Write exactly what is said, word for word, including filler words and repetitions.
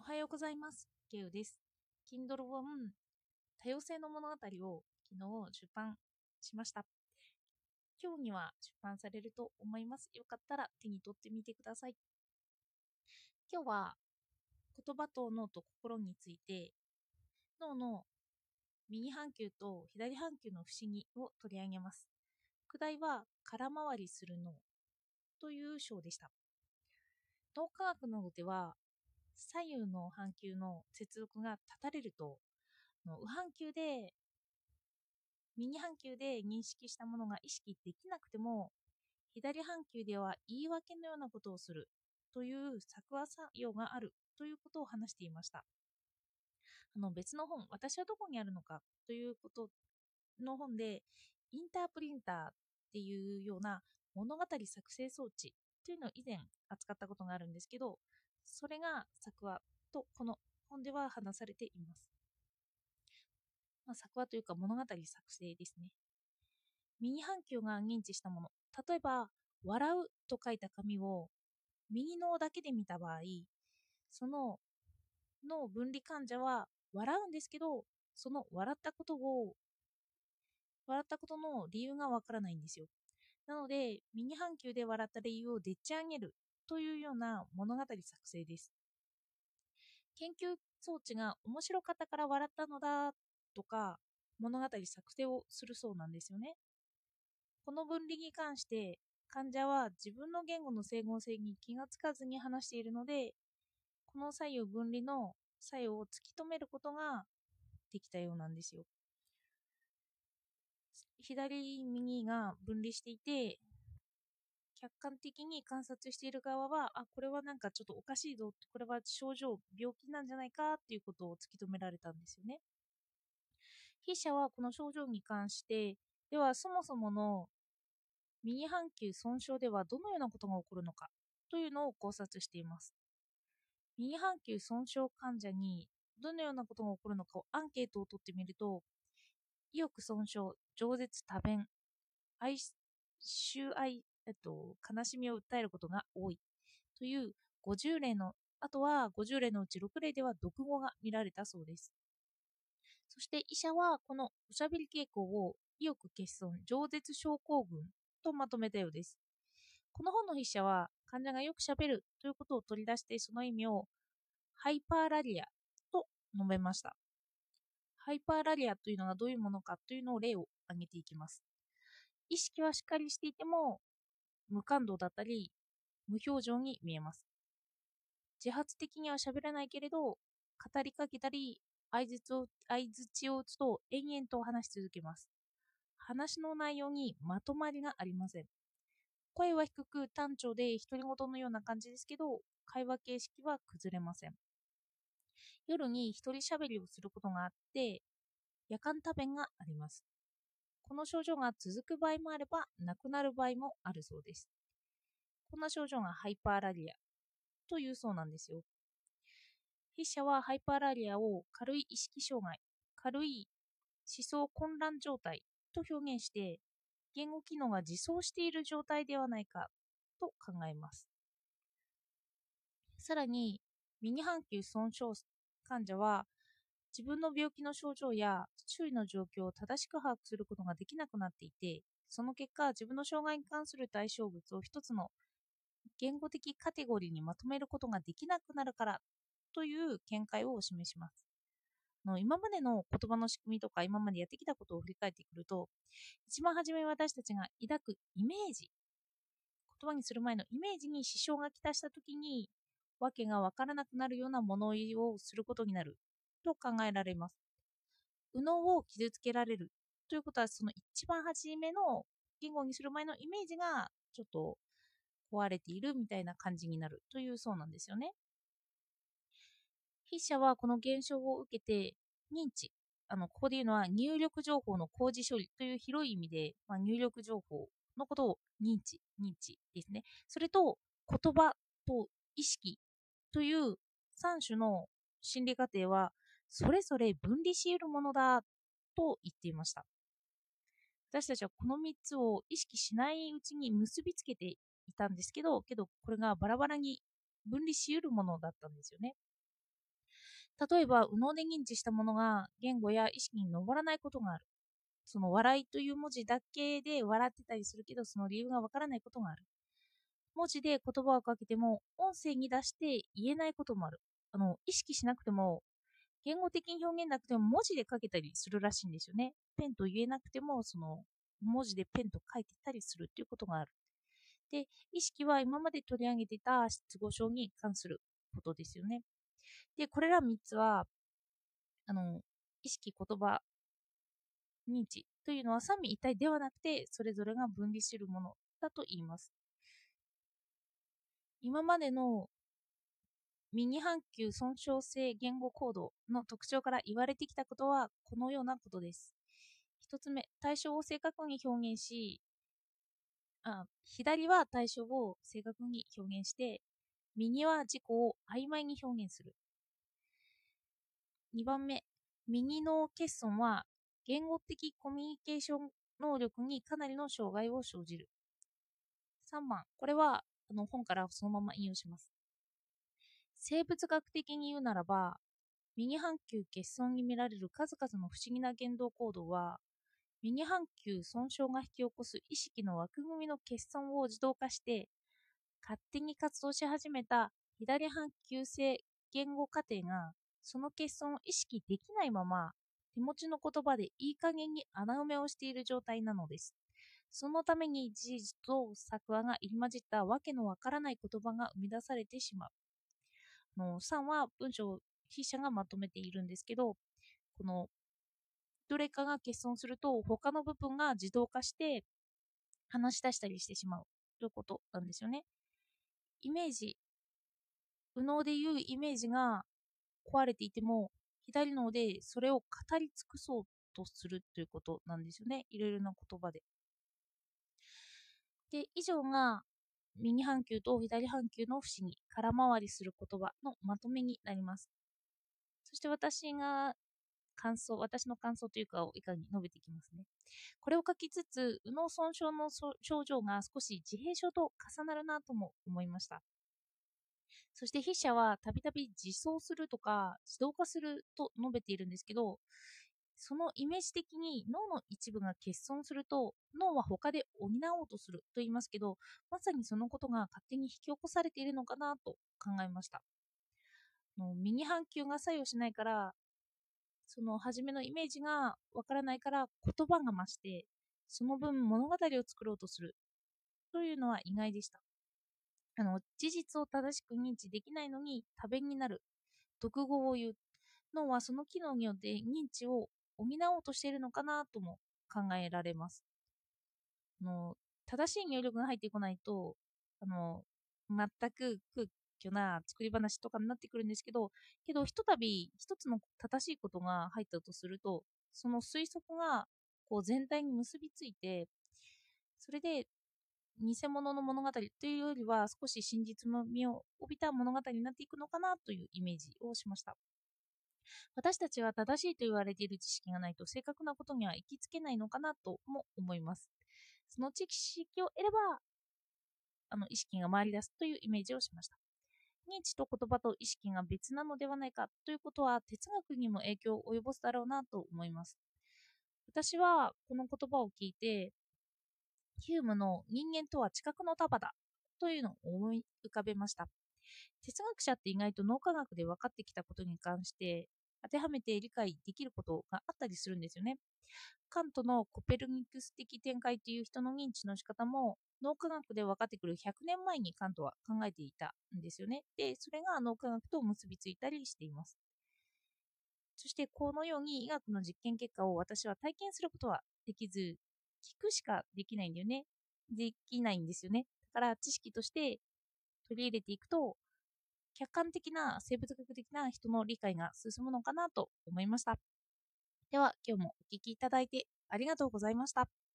はようございます。ゲウです。Kindle 本多様性の物語を昨日出版しました。今日には出版されると思います。よかったら手に取ってみてください。今日は言葉と脳と心について脳の右半球と左半球の不思議を取り上げます。副題は空回りする脳という章でした。脳科学のでは左右の半球の接続が断たれると右半球で右半球で認識したものが意識できなくても左半球では言い訳のようなことをするという作話作用があるということを話していました。あの別の本、私はどこにあるのかということの本でインタープリンターっていうような物語作成装置というのを以前扱ったことがあるんですけど、それが作話とこの本では話されています。まあ、作話というか物語作成ですね。右半球が認知したもの、例えば笑うと書いた紙を右脳だけで見た場合、その脳分離患者は笑うんですけど、その笑ったことを笑ったことの理由がわからないんですよ。なので右半球で笑った理由をでっち上げるというような物語作成です。研究装置が面白かったから笑ったのだとか物語作成をするそうなんですよね。この分離に関して患者は自分の言語の整合性に気がつかずに話しているので、この左右分離の作用を突き止めることができたようなんですよ。左右が分離していて、客観的に観察している側は、あ、これはなんかちょっとおかしいぞ、これは症状、病気なんじゃないかっていうことを突き止められたんですよね。筆者はこの症状に関して、ではそもそもの右半球損傷ではどのようなことが起こるのかというのを考察しています。右半球損傷患者にどのようなことが起こるのかをアンケートを取ってみると、意欲損傷、饒舌多弁、哀愁愛、えっと、悲しみを訴えることが多いというごじゅう例の、あとはごじゅう例のうちろく例では読語が見られたそうです。そして医者はこのおしゃべり傾向を意欲欠損、饒舌症候群とまとめたようです。この本の筆者は患者がよくしゃべるということを取り出してその意味をハイパーラリアと述べました。ハイパーラリアというのがどういうものかというのを例を挙げていきます。意識はしっかりしていても無感動だったり無表情に見えます。自発的には喋らないけれど語りかけたり相槌を相槌を打つと延々と話し続けます。話の内容にまとまりがありません。声は低く単調で独り言のような感じですけど、会話形式は崩れません。夜に一人喋りをすることがあって、夜間多弁があります。この症状が続く場合もあれば、なくなる場合もあるそうです。こんな症状がハイパーラリアというそうなんですよ。筆者はハイパーラリアを軽い意識障害、軽い思想混乱状態と表現して、言語機能が自走している状態ではないかと考えます。さらに、右半球損傷患者は自分の病気の症状や周囲の状況を正しく把握することができなくなっていて、その結果、自分の障害に関する対象物を一つの言語的カテゴリーにまとめることができなくなるからという見解を示します。の今までの言葉の仕組みとか今までやってきたことを振り返ってくると、一番初め私たちが抱くイメージ、言葉にする前のイメージに支障がきたしたときに、わけがわからなくなるような物言いをすることになると考えられます。右脳を傷つけられるということは、その一番初めの言語にする前のイメージがちょっと壊れているみたいな感じになるというそうなんですよね。筆者はこの現象を受けて認知、あのここで言うのは入力情報の工事処理という広い意味で、まあ、入力情報のことを認知、認知ですね。それと言葉と意識というさん種の心理過程はそれぞれ分離し得るものだと言っていました。私たちはこのみっつを意識しないうちに結びつけていたんですけど、けどこれがバラバラに分離し得るものだったんですよね。 例えば、右脳で認知したものが言語や意識に上らないことがある。その笑いという文字だけで笑ってたりするけど、その理由がわからないことがある。文字で言葉をかけても、音声に出して言えないこともある。あの、意識しなくても、言語的に表現なくても文字で書けたりするらしいんですよね。ペンと言えなくても、その文字でペンと書いてたりするっていうことがある。で、意識は今まで取り上げていた失語症に関することですよね。で、これらみっつは、あの、意識、言葉、認知というのは三位一体ではなくて、それぞれが分離するものだと言います。今までの右半球損傷性言語行動の特徴から言われてきたことはこのようなことです。一つ目、対象を正確に表現し、あ左は対象を正確に表現して、右は自己を曖昧に表現する。にばんめ、右の欠損は言語的コミュニケーション能力にかなりの障害を生じる。さんばん、これはあの本からそのまま引用します。生物学的に言うならば、右半球欠損に見られる数々の不思議な言動行動は、右半球損傷が引き起こす意識の枠組みの欠損を自動化して、勝手に活動し始めた左半球性言語過程が、その欠損を意識できないまま、手持ちの言葉でいい加減に穴埋めをしている状態なのです。そのために事実と作話が入り混じったわけのわからない言葉が生み出されてしまう。のさんは文章を筆者がまとめているんですけど、このどれかが欠損すると他の部分が自動化して話し出したりしてしまうということなんですよね。イメージ、右脳でいうイメージが壊れていても、左脳でそれを語り尽くそうとするということなんですよね。いろいろな言葉で。で、以上が右半球と左半球の不思議、空回りする言葉のまとめになります。そして私が感想、私の感想というかを以下に述べていきますね。これを書きつつ、右脳損傷の症状が少し自閉症と重なるなとも思いました。そして筆者はたびたび自走するとか自動化すると述べているんですけど、そのイメージ的に脳の一部が欠損すると脳は他で補おうとすると言いますけど、まさにそのことが勝手に引き起こされているのかなと考えました。の右半球が作用しないから、その初めのイメージがわからないから言葉が増して、その分物語を作ろうとするというのは意外でした。あの事実を正しく認知できないのに多弁になる、読語を言う。脳はその機能によって認知を補おうとしているのかなとも考えられます。あの正しい入力が入ってこないと、あの全く空虚な作り話とかになってくるんですけど、けどひとたび一つの正しいことが入ったとすると、その推測がこう全体に結びついて、それで偽物の物語というよりは少し真実味を帯びた物語になっていくのかなというイメージをしました。私たちは正しいと言われている知識がないと正確なことには行きつけないのかなとも思います。その知識を得れば、あの意識が回り出すというイメージをしました。認知と言葉と意識が別なのではないかということは哲学にも影響を及ぼすだろうなと思います。私はこの言葉を聞いて、ヒュームの人間とは知覚の束だというのを思い浮かべました。哲学者って意外と脳科学で分かってきたことに関して当てはめて理解できることがあったりするんですよね。カントのコペルニクス的展開という人の認知の仕方も脳科学で分かってくるひゃくねんまえにカントは考えていたんですよね。で、それが脳科学と結びついたりしています。そしてこのように医学の実験結果を私は体験することはできず、聞くしかできないんだよね。できないんですよね。だから知識として取り入れていくと、客観的な生物学的な人の理解が進むのかなと思いました。では今日もお聞きいただいてありがとうございました。